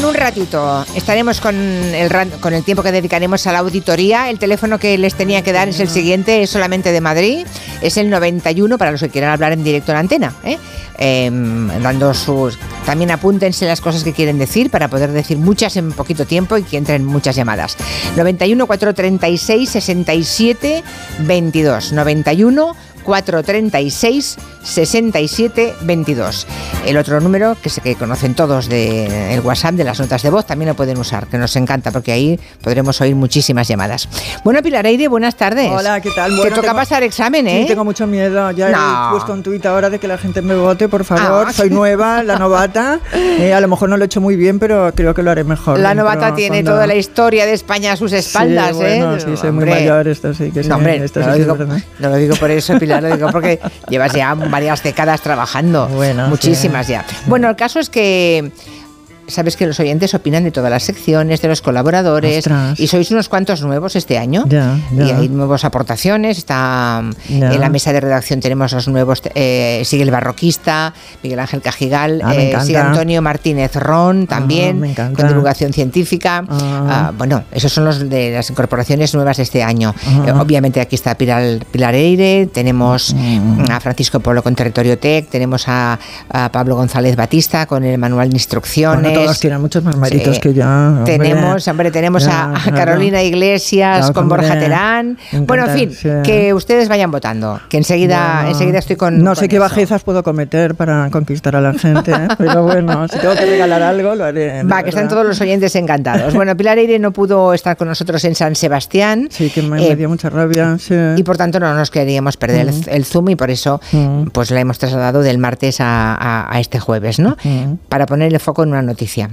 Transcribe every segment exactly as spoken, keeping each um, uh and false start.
un ratito estaremos con el, con el tiempo que dedicaremos a la auditoría. El teléfono que les tenía que dar es el siguiente, es solamente de Madrid, es el noventa y uno para los que quieran hablar en directo en la antena, ¿eh? Eh, dando sus... También apúntense las cosas que quieren decir para poder decir muchas en poquito tiempo y que entren muchas llamadas. noventa y uno, cuatrocientos treinta y seis, sesenta y siete, veintidós. noventa y uno, cuatrocientos treinta y seis, sesenta y siete, veintidós. El otro número, que sé que conocen todos del WhatsApp, de las notas de voz, también lo pueden usar, que nos encanta, porque ahí podremos oír muchísimas llamadas. Bueno, Pilar Eire, buenas tardes. Hola, ¿qué tal? Te Bueno, toca tengo, pasar examen, ¿eh? Sí, tengo mucho miedo. Ya no. he puesto un tuit ahora de que la gente me vote, por favor. Ah. Soy nueva, la novata. Eh, a lo mejor no lo he hecho muy bien, pero creo que lo haré mejor. La novata tiene cuando... toda la historia de España a sus espaldas, sí, bueno, ¿eh? Sí, soy hombre. muy mayor, esto sí que sí. No, hombre, esto no, sí lo que digo, es verdad. no lo digo por eso, Pilar, lo digo porque llevas ya varias décadas trabajando, bueno, muchísimas sí. ya. Bueno, el caso es que sabes que los oyentes opinan de todas las secciones, de los colaboradores. Ostras. Y sois unos cuantos nuevos este año. Ya, ya. Y hay nuevas aportaciones. Está Ya. en la mesa de redacción tenemos los nuevos, eh, sigue el barroquista, Miguel Ángel Cajigal, Ah, me eh, sigue encanta. Antonio Martínez Ron también, Ah, me encanta. con divulgación científica. Ah. Ah, bueno, esos son los de las incorporaciones nuevas de este año. Ah. Eh, obviamente aquí está Pilar, Pilar Eire, tenemos Mm. a Francisco Polo con Territorio Tech, tenemos a, a Pablo González Batista con el manual de instrucciones. Bueno, todos tienen muchos más méritos Sí. que yo. Hombre. Tenemos, hombre, tenemos Ya, a, a claro. Carolina Iglesias Claro, con hombre, Borja Terán. me Bueno, en fin, encanta, sí. que ustedes vayan votando, que enseguida, Bueno, enseguida estoy con. No con sé qué eso. bajezas puedo cometer para conquistar a la gente, ¿eh? Pero bueno, si tengo que regalar algo, lo haré. Va, que están todos los oyentes encantados. Bueno, Pilar Eire no pudo estar con nosotros en San Sebastián. Sí, que me, eh, me dio mucha rabia. Sí. Y por tanto no nos queríamos perder Mm. el, el Zoom y por eso Mm. pues la hemos trasladado del martes a, a- a este jueves, ¿no? Mm. Para poner el foco en una noticia.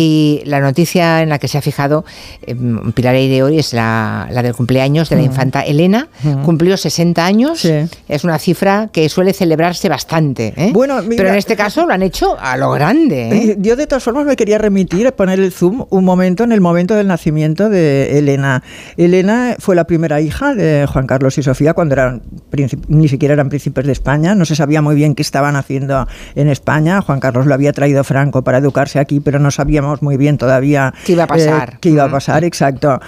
Y la noticia en la que se ha fijado eh, Pilar Eire hoy es la, la del cumpleaños de la infanta Elena. Mm. Cumplió sesenta años. Sí. Es una cifra que suele celebrarse bastante, ¿eh? Bueno, mira, pero en este caso lo han hecho a lo grande, ¿eh? Eh, Yo de todas formas me quería remitir a poner el zoom un momento en el momento del nacimiento de Elena. Elena fue la primera hija de Juan Carlos y Sofía cuando eran príncipe, ni siquiera eran príncipes de España, no se sabía muy bien qué estaban haciendo en España. Juan Carlos lo había traído Franco para educarse aquí, pero no sabíamos muy bien todavía ¿Qué iba a pasar? Eh, qué iba a pasar, exacto.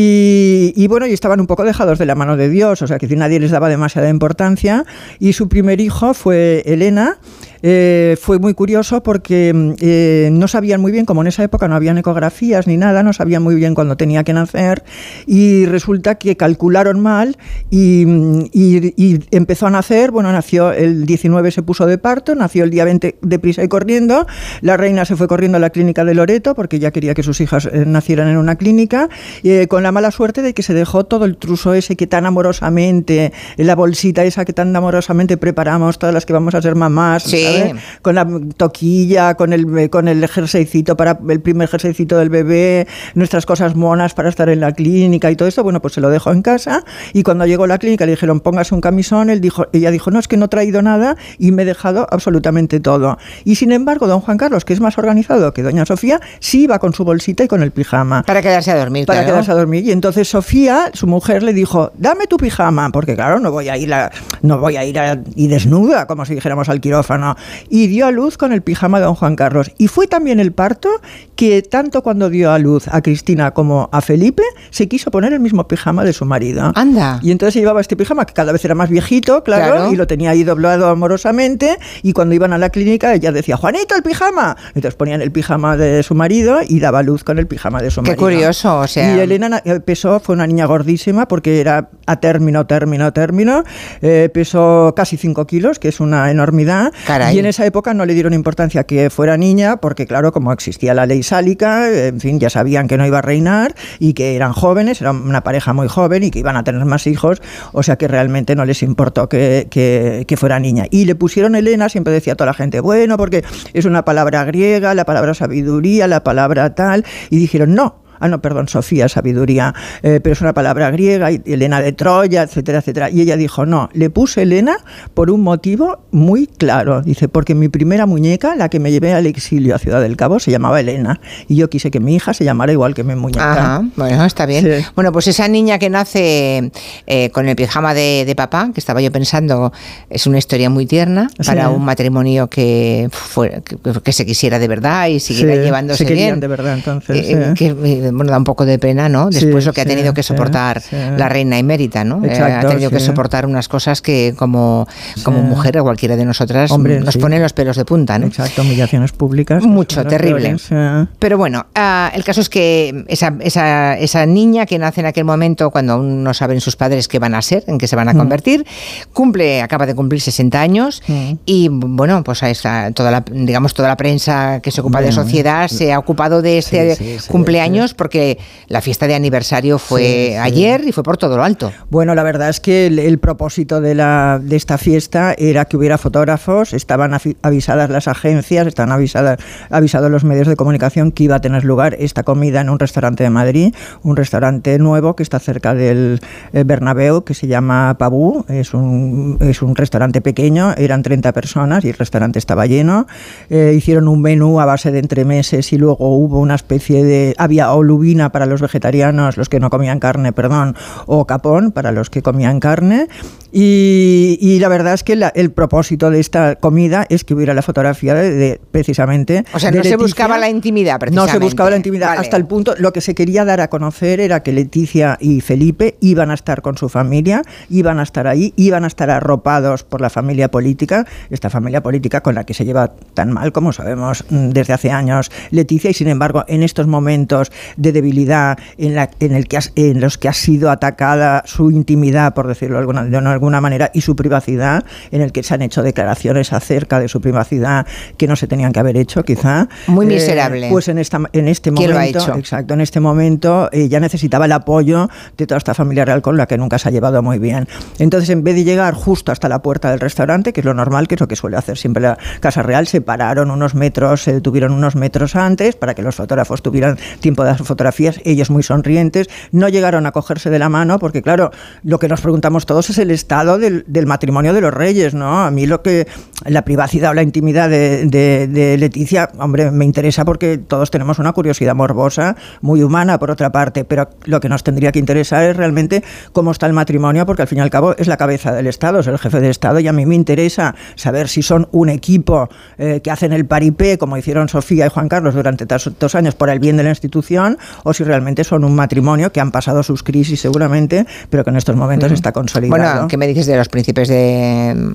Y, y bueno, y estaban un poco dejados de la mano de Dios, o sea que nadie les daba demasiada importancia. Y su primer hijo fue Elena. Eh, fue muy curioso porque eh, no sabían muy bien, como en esa época no habían ecografías ni nada, no sabían muy bien cuándo tenía que nacer, y resulta que calcularon mal y, y, y empezó a nacer. Bueno, nació el diecinueve, se puso de parto, nació el día veinte deprisa y corriendo. La reina se fue corriendo a la clínica de Loreto porque ya quería que sus hijas eh, nacieran en una clínica, eh, con la mala suerte de que se dejó todo el truso ese que tan amorosamente, la bolsita esa que tan amorosamente preparamos todas las que vamos a ser mamás, Sí. ¿sabes? Con la toquilla, con el con el jerseycito para el primer jerseycito del bebé, nuestras cosas monas para estar en la clínica y todo esto. Bueno, pues se lo dejó en casa, y cuando llegó a la clínica le dijeron póngase un camisón. Él dijo, ella dijo, no, es que no he traído nada y me he dejado absolutamente todo. Y sin embargo, don Juan Carlos, que es más organizado que doña Sofía, sí iba con su bolsita y con el pijama. Para quedarse a dormir, Para claro. quedarse a dormir. Y entonces Sofía, su mujer, le dijo, dame tu pijama, porque claro, no voy a ir a, no voy a ir a, y desnuda, como si dijéramos al quirófano. Y dio a luz con el pijama de don Juan Carlos. Y fue también el parto que, tanto cuando dio a luz a Cristina como a Felipe, se quiso poner el mismo pijama de su marido. Anda. Y entonces llevaba este pijama, que cada vez era más viejito, claro, Claro. y lo tenía ahí doblado amorosamente, y cuando iban a la clínica ella decía, Juanito, el pijama. Entonces ponían el pijama de su marido y daba a luz con el pijama de su Qué marido. curioso, o sea. Y Elena eh, pesó, fue una niña gordísima porque era a término, término, término, eh, pesó casi cinco kilos, que es una enormidad. Caray. Y en esa época no le dieron importancia que fuera niña, porque claro, como existía la ley sálica, en fin, ya sabían que no iba a reinar y que eran jóvenes, era una pareja muy joven y que iban a tener más hijos, o sea que realmente no les importó que, que, que fuera niña. Y le pusieron Elena, siempre decía toda la gente, bueno, porque es una palabra griega, la palabra sabiduría, la palabra tal, y dijeron no. ah, no, perdón, Sofía, sabiduría, eh, pero es una palabra griega, y Helena de Troya, etcétera, etcétera. Y ella dijo, no, le puse Helena por un motivo muy claro. Dice, porque mi primera muñeca, la que me llevé al exilio a Ciudad del Cabo, se llamaba Helena. Y yo quise que mi hija se llamara igual que mi muñeca. Ajá, bueno, está bien. Sí. Bueno, pues esa niña que nace eh, con el pijama de, de papá, que estaba yo pensando, es una historia muy tierna para sí. un matrimonio que, fue, que, que se quisiera de verdad y siguiera sí, se llevándose querían bien. de verdad, entonces. Eh, sí. Que bueno, da un poco de pena, ¿no? Después sí, lo que ha tenido sí, que soportar sí, la reina emérita, ¿no? Exacto, eh, ha tenido sí. que soportar unas cosas que como, sí. como mujer o cualquiera de nosotras Hombre, nos sí. ponen los pelos de punta, ¿no? Exacto, humillaciones públicas. Mucho, terrible. Sí. Pero bueno, uh, el caso es que esa, esa, esa niña que nace en aquel momento, cuando aún no saben sus padres qué van a ser, en qué se van a convertir, mm. cumple, acaba de cumplir sesenta años mm. y bueno, pues esa, toda la, digamos, toda la prensa que se ocupa bueno, de sociedad se ha ocupado de este sí, sí, cumpleaños sí. porque la fiesta de aniversario fue sí, sí. ayer y fue por todo lo alto. Bueno, la verdad es que el, el propósito de, la, de esta fiesta era que hubiera fotógrafos, estaban avisadas las agencias, estaban avisadas, avisados los medios de comunicación que iba a tener lugar esta comida en un restaurante de Madrid, un restaurante nuevo que está cerca del eh, Bernabéu, que se llama Pabú, es un, es un restaurante pequeño, eran treinta personas y el restaurante estaba lleno, eh, hicieron un menú a base de entremeses y luego hubo una especie de, había olubina para los vegetarianos, los que no comían carne, perdón, o capón para los que comían carne. Y, y la verdad es que la, el propósito de esta comida es que hubiera la fotografía de, de precisamente... O sea, no Leticia. Se buscaba la intimidad, precisamente. No se buscaba la intimidad, vale. Hasta el punto, lo que se quería dar a conocer era que Leticia y Felipe iban a estar con su familia, iban a estar ahí, iban a estar arropados por la familia política, esta familia política con la que se lleva tan mal, como sabemos, desde hace años Leticia, y sin embargo, en estos momentos de debilidad en, la, en, el que has, en los que ha sido atacada su intimidad, por decirlo de alguna, de alguna manera, y su privacidad, en el que se han hecho declaraciones acerca de su privacidad que no se tenían que haber hecho, quizá. Muy miserable. Eh, pues en, esta, en este ¿Quién momento, lo ha hecho? Exacto, en este momento eh, ya necesitaba el apoyo de toda esta familia real con la que nunca se ha llevado muy bien. Entonces, en vez de llegar justo hasta la puerta del restaurante, que es lo normal, que es lo que suele hacer siempre la Casa Real, se pararon unos metros, se detuvieron unos metros antes para que los fotógrafos tuvieran tiempo de hacer fotografías, ellos muy sonrientes, no llegaron a cogerse de la mano, porque claro, lo que nos preguntamos todos es el estado del, del matrimonio de los reyes, ¿no? A mí lo que, la privacidad o la intimidad de, de, de Leticia, hombre, me interesa porque todos tenemos una curiosidad morbosa, muy humana por otra parte, pero lo que nos tendría que interesar es realmente cómo está el matrimonio, porque al fin y al cabo es la cabeza del Estado, es el jefe de Estado, y a mí me interesa saber si son un equipo eh, que hacen el paripé, como hicieron Sofía y Juan Carlos durante tantos años por el bien de la institución, o si realmente son un matrimonio que han pasado sus crisis seguramente, pero que en estos momentos mm. está consolidado. Bueno, ¿qué me dices de los príncipes de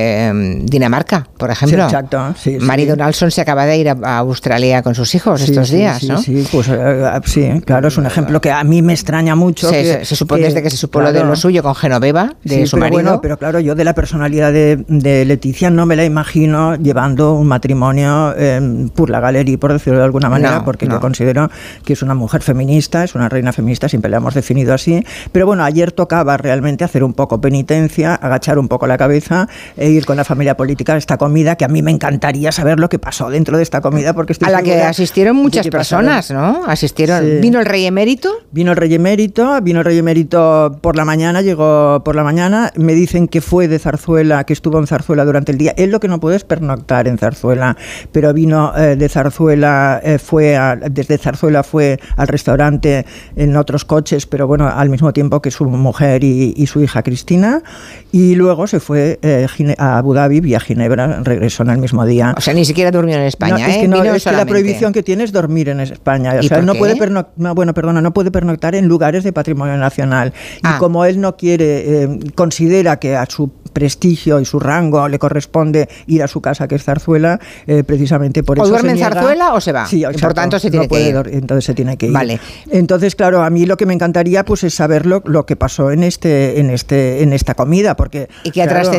eh, Dinamarca, por ejemplo? Sí, exacto. Sí, Mary sí. Donaldson se acaba de ir a, a Australia con sus hijos sí, estos sí, días, sí, ¿no? Sí, pues uh, sí, claro, es un ejemplo que a mí me extraña mucho. Sí, que, se, se supone que, desde que se supo claro, lo de lo suyo con Genoveva, de sí, su pero marido. Bueno, pero claro, yo de la personalidad de, de Leticia no me la imagino llevando un matrimonio eh, por la galería, por decirlo de alguna manera, no, porque no. yo considero que es una mujer feminista, es una reina feminista, siempre la hemos definido así. Pero bueno, ayer tocaba realmente hacer un poco penitencia, agachar un poco la cabeza e ir con la familia política a esta comida, que a mí me encantaría saber lo que pasó dentro de esta comida, porque estoy a la que asistieron muchas personas, pasaron. ¿no? Asistieron. Sí. ¿Vino el rey emérito? Vino el rey emérito, vino el rey emérito por la mañana, llegó por la mañana, me dicen que fue de Zarzuela, que estuvo en Zarzuela durante el día. Él lo que no puede es pernoctar en Zarzuela, pero vino eh, de Zarzuela, eh, fue a, desde Zarzuela fue al restaurante en otros coches, pero bueno, al mismo tiempo que su mujer y, y su hija Cristina, y luego se fue eh, a Abu Dhabi, vía Ginebra, regresó en el mismo día. O sea, ni siquiera durmió en España, no, ¿eh? Es que, no, Vino es que la prohibición que tiene es dormir en España. O ¿Y sea, por no qué? puede pernoc- no, bueno, perdona, no puede pernoctar en lugares de patrimonio nacional. Ah. Y como él no quiere, eh, considera que a su prestigio y su rango le corresponde ir a su casa, que es Zarzuela, eh, precisamente por o eso. ¿O duerme se en niega. Zarzuela o se va? Sí, y por tanto se tiene no puede que ir. Dor- entonces se tiene que ir. Vale. Entonces, claro, a mí lo que me encantaría pues es saber lo, lo que pasó en este, en este, en esta comida, porque y que ha claro, trascendido algo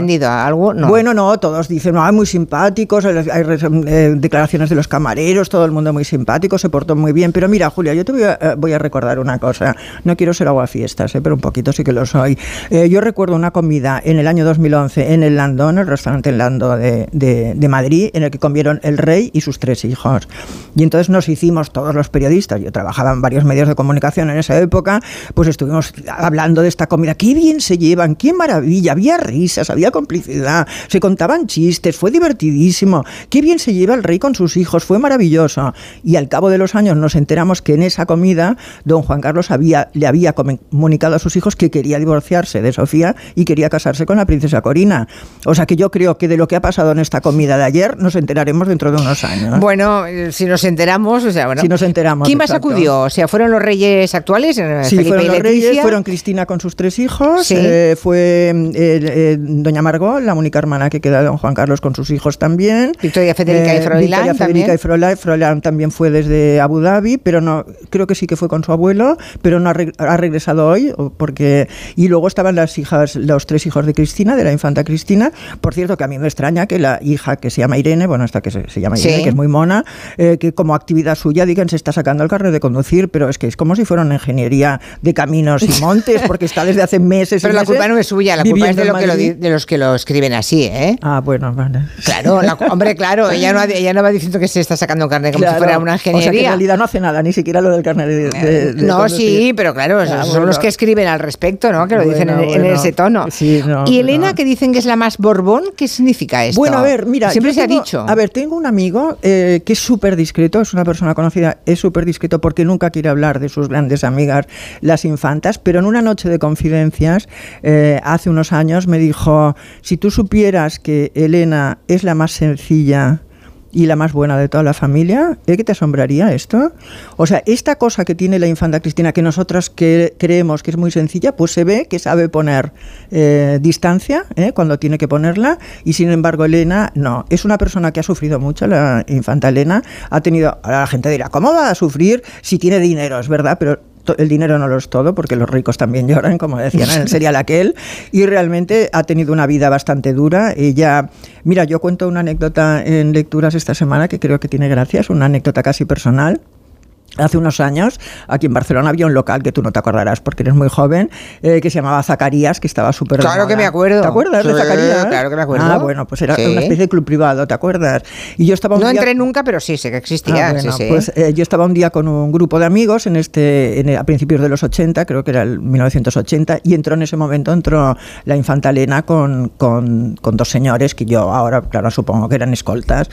algo? No. Bueno, no, todos dicen, no, muy simpáticos, hay eh, declaraciones de los camareros, todo el mundo muy simpático, se portó muy bien. Pero mira, Julia, yo te voy a, eh, voy a recordar una cosa. No quiero ser aguafiestas, eh, pero un poquito sí que lo soy. Eh, yo recuerdo una comida en el año dos mil once en el Landón, el restaurante Lando de, de, de Madrid, en el que comieron el rey y sus tres hijos. Y entonces nos hicimos todos los periodistas, yo trabajaba en varios medios de comunicación en esa época, pues estuvimos hablando de esta comida. ¡Qué bien se llevan! ¡Qué maravilla! Había risas, había complicidad, se contaban chistes, fue divertidísimo. ¡Qué bien se lleva el rey con sus hijos! Fue maravilloso. Y al cabo de los años nos enteramos que en esa comida don Juan Carlos había, le había comunicado a sus hijos que quería divorciarse de Sofía y quería casarse con la princesa Corina. O sea que yo creo que de lo que ha pasado en esta comida de ayer nos enteraremos dentro de unos años. Bueno, si nos enteramos, o sea, bueno. Si nos enteramos. ¿Quién más acudió? O sea, ¿fueron los reyes actuales? Sí, Felipe fueron los reyes, fueron Cristina con sus tres hijos, sí. eh, fue eh, eh, doña Margot, la única hermana que queda de don Juan Carlos con sus hijos también. Victoria Federica eh, y Froilán Victoria Federica y Froilán, Froilán también fue desde Abu Dhabi, pero no, creo que sí que fue con su abuelo, pero no ha, re, ha regresado hoy, porque y luego estaban las hijas, los tres hijos de Cristina, de la infanta Cristina. Por cierto, que a mí me extraña que la hija que se llama Irene, bueno, esta que se, se llama Irene, sí. que es muy mona, eh, que como actividad suya digan se está sacando el carnet de conducir, pero es que es como si fuera una ingeniería de caminos y montes, porque está desde hace meses. Pero y la meses culpa no es suya, la culpa es de, lo que lo, de los que lo escriben así, ¿eh? Ah, bueno, vale. Claro, la, hombre, claro, ella no, ella no va diciendo que se está sacando un carnet como claro, si fuera una ingeniería. O sea, que en realidad no hace nada, ni siquiera lo del carnet de, de, de No, conducir. Sí, pero claro, ah, son bueno. los que escriben al respecto, ¿no? Que lo bueno, dicen en, bueno. en ese tono. Sí, no, y Elena, no. que dicen que es la más Borbón, ¿qué significa esto? Bueno, a ver, mira, siempre se tengo, ha dicho. A ver, tengo un amigo eh, que es súper discreto, es una persona conocida, es súper discreto porque nunca quiere hablar de sus grandes amigas, las infantas, pero en una noche de confidencias, eh, hace unos años, me dijo, si tú supieras que Elena es la más sencilla y la más buena de toda la familia, ¿eh? ¿Qué te asombraría esto? O sea, esta cosa que tiene la infanta Cristina, que nosotras que creemos que es muy sencilla, pues se ve que sabe poner eh, distancia ¿eh? cuando tiene que ponerla, y sin embargo Elena no. Es una persona que ha sufrido mucho, la infanta Elena, ha tenido, ahora la gente dirá, ¿cómo va a sufrir si tiene dinero? Es verdad, pero el dinero no lo es todo, porque los ricos también lloran, como decían en el serial aquel, y realmente ha tenido una vida bastante dura. Ella, mira, yo cuento una anécdota en lecturas esta semana que creo que tiene gracia, es una anécdota casi personal. Hace unos años, aquí en Barcelona había un local que tú no te acordarás porque eres muy joven, eh, que se llamaba Zacarías, que estaba súper de moda. Claro que me acuerdo. ¿Te acuerdas sí, de Zacarías? Claro que me acuerdo. Ah, bueno, pues era sí. una especie de club privado, ¿te acuerdas? Y yo estaba un no día... entré nunca, pero sí, sé que existía. Ah, bueno, sí, sí. Pues eh, yo estaba un día con un grupo de amigos en este, en, a principios de los ochenta, creo que era el mil novecientos ochenta, y entró en ese momento, entró la infanta Elena con, con, con dos señores que yo ahora, claro, supongo que eran escoltas,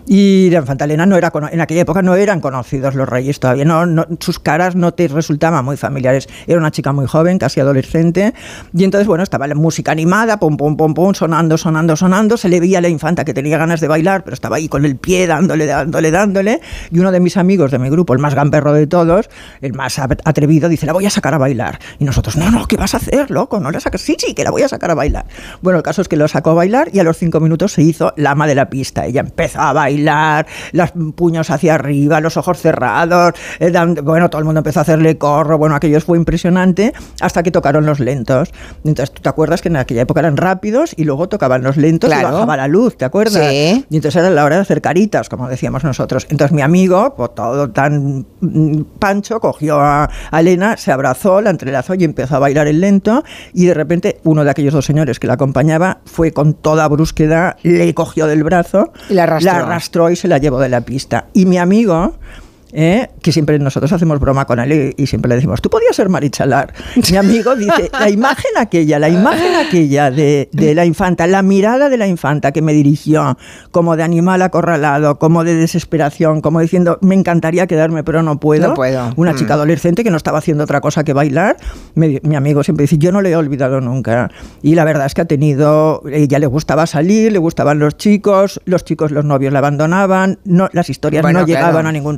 y la infanta Elena no era, en aquella época no eran conocidos los reyes todavía, no, no sus caras no te resultaban muy familiares. Era una chica muy joven, casi adolescente, y entonces, bueno, estaba la música animada, pum, pum, pum, pum, sonando, sonando, sonando, se le veía a la infanta que tenía ganas de bailar, pero estaba ahí con el pie dándole, dándole, dándole, y uno de mis amigos de mi grupo, el más gamberro de todos, el más atrevido, dice, la voy a sacar a bailar. Y nosotros, no, no, ¿qué vas a hacer, loco? No la sacas. Sí, sí, que la voy a sacar a bailar. Bueno, el caso es que lo sacó a bailar y a los cinco minutos se hizo la ama de la pista. Ella empezó a bailar, los puños hacia arriba, los ojos cerrados, eh, dando, bueno, todo el mundo empezó a hacerle corro, bueno, aquello fue impresionante, hasta que tocaron los lentos. Entonces, tú te acuerdas que en aquella época eran rápidos y luego tocaban los lentos claro. y bajaba la luz, ¿te acuerdas? Sí. Y entonces era la hora de hacer caritas, como decíamos nosotros. Entonces mi amigo, pues, todo tan pancho, cogió a, a Elena, se abrazó, la entrelazó y empezó a bailar el lento, y de repente uno de aquellos dos señores que la acompañaba fue con toda brusquedad, le cogió del brazo, y la arrastró. la arrastró y se la llevó de la pista. Y mi amigo... ¿Eh? que siempre nosotros hacemos broma con él y, y siempre le decimos, tú podías ser Marichalar. Mi amigo dice, la imagen aquella, la imagen aquella de, de la infanta, la mirada de la infanta que me dirigió, como de animal acorralado, como de desesperación, como diciendo, me encantaría quedarme, pero no puedo. No puedo. Una mm. chica adolescente que no estaba haciendo otra cosa que bailar. Me, mi amigo siempre dice, yo no le he olvidado nunca. Y la verdad es que ha tenido, ella le gustaba salir, le gustaban los chicos, los chicos, los novios la abandonaban, no, las historias bueno, no llegaban claro. a ningún sitio.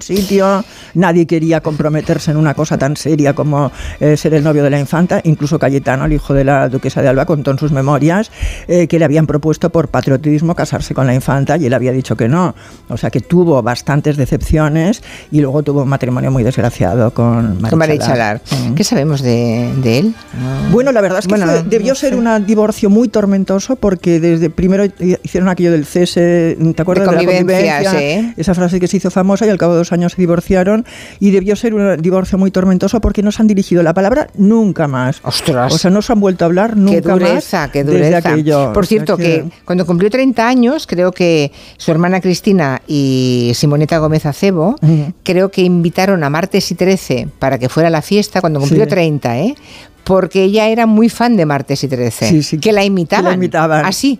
serio, nadie quería comprometerse en una cosa tan seria como eh, ser el novio de la infanta. Incluso Cayetano, el hijo de la duquesa de Alba, contó en sus memorias eh, que le habían propuesto por patriotismo casarse con la infanta y él había dicho que no. O sea que tuvo bastantes decepciones y luego tuvo un matrimonio muy desgraciado con María, con María Chalar. Mm. ¿Qué sabemos de, de él? Bueno, la verdad es que bueno, fue, debió no sé. ser un divorcio muy tormentoso porque desde primero hicieron aquello del cese, ¿te acuerdas de, de la convivencia? Sí. Esa frase que se hizo famosa y al cabo de dos años se divorciaron y debió ser un divorcio muy tormentoso porque no se han dirigido la palabra nunca más. ¡Ostras! O sea, no se han vuelto a hablar nunca qué dureza, más. Qué dureza, qué dureza. Por cierto, o sea, que... que cuando cumplió treinta años, creo que su hermana Cristina y Simoneta Gómez Acebo, uh-huh. creo que invitaron a Martes y Trece para que fuera a la fiesta cuando cumplió sí. treinta, ¿eh? Porque ella era muy fan de Martes y Trece, sí, sí, que la imitaban. Que la imitaban. Así.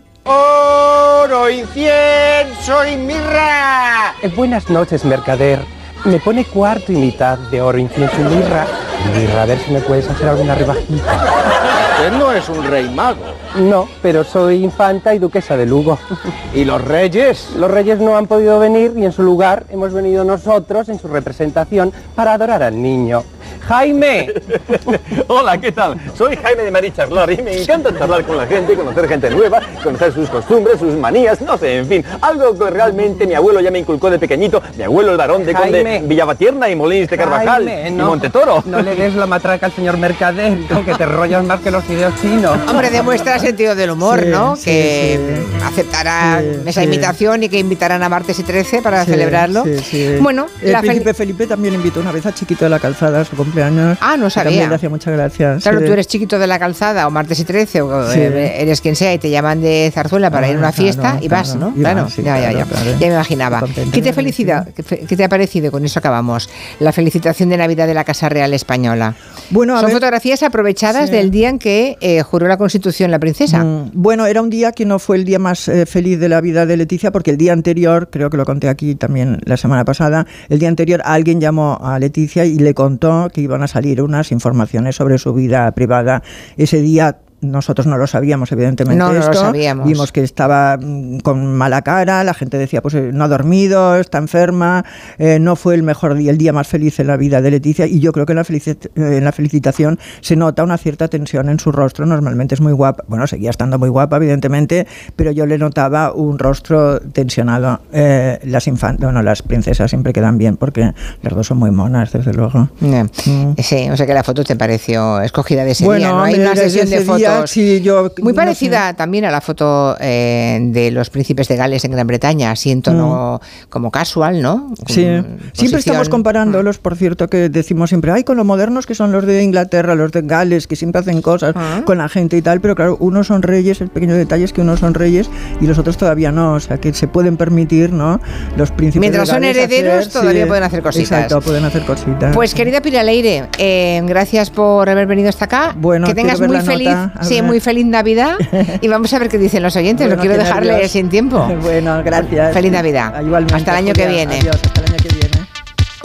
¡Oro, incienso y mirra! Eh, buenas noches, mercader. Me pone cuarto y mitad de oro, incienso y mirra. Mirra, a ver si me puedes hacer alguna rebajita. Usted no es un rey mago. No, pero soy infanta y duquesa de Lugo. ¿Y los reyes? Los reyes no han podido venir y en su lugar hemos venido nosotros en su representación para adorar al niño. ¡Jaime! Hola, ¿qué tal? Soy Jaime de María Charlar y me encanta charlar con la gente, conocer gente nueva, conocer sus costumbres, sus manías, no sé, en fin. Algo que realmente mi abuelo ya me inculcó de pequeñito. Mi abuelo, el varón de Jaime. Conde Villabatierna y Molins de Carvajal Jaime, no, y Montetoro. No le des la matraca al señor mercader, con que te rollas más que los fideos chinos. Hombre, demuestra sentido del humor, sí, ¿no? Sí, que sí. aceptará sí, esa sí. invitación y que invitarán a Martes y Trece para sí, celebrarlo. Sí, sí. Bueno, el la príncipe Felipe también invitó una vez a Chiquito de la Calzada a su cumpleaños. Ah, no sabía. También le hacía muchas gracias. Claro, sí. tú eres Chiquito de la Calzada o Martes y Trece o sí. eres quien sea y te llaman de Zarzuela para ah, ir a una fiesta claro, y vas, claro, ¿no? Claro, vas, sí, ya, ya, ya. Claro, ya me imaginaba. ¿Qué te, felicita, ¿Qué te ha parecido? Con eso acabamos. La felicitación de Navidad de la Casa Real Española. Bueno, Son ver, fotografías aprovechadas sí. del día en que eh, juró la Constitución la princesa. Mm, bueno, era un día que no fue el día más eh, feliz de la vida de Leticia porque el día anterior, creo que lo conté aquí también la semana pasada, el día anterior alguien llamó a Leticia y le contó que iban a salir unas informaciones sobre su vida privada. Ese día nosotros no lo sabíamos, evidentemente. No, no esto. lo sabíamos. Vimos que estaba con mala cara, la gente decía, pues no ha dormido, está enferma, eh, no fue el mejor día, el día más feliz en la vida de Leticia, y yo creo que en la, felicit- en la felicitación se nota una cierta tensión en su rostro. Normalmente es muy guapa, bueno, seguía estando muy guapa, evidentemente, pero yo le notaba un rostro tensionado. Eh, las infantes, bueno, las princesas siempre quedan bien, porque las dos son muy monas, desde luego. Yeah. Mm. Sí, o sea que la foto te pareció escogida de ese bueno, día, ¿no? Hay una sesión de fotos sí, yo, muy parecida no sé. también a la foto eh, de los príncipes de Gales en Gran Bretaña, así en tono mm. como casual, ¿no? Sí, Posición. Siempre estamos comparándolos, por cierto, que decimos siempre, ay, con los modernos que son los de Inglaterra, los de Gales, que siempre hacen cosas ah. con la gente y tal, pero claro, unos son reyes, el pequeño detalle es que unos son reyes y los otros todavía no, o sea, que se pueden permitir, ¿no? Los príncipes Mientras de Gales son herederos, hacer, todavía sí, pueden hacer cositas. Exacto, pueden hacer cositas. Pues querida Pirialeire, eh, gracias por haber venido hasta acá. Bueno, que tengas muy feliz, sí, muy feliz Navidad y vamos a ver qué dicen los oyentes. Bueno, no quiero dejarle sin tiempo. Bueno, gracias. Feliz Navidad. Igualmente. Hasta el año que viene. Adiós, hasta el año que viene.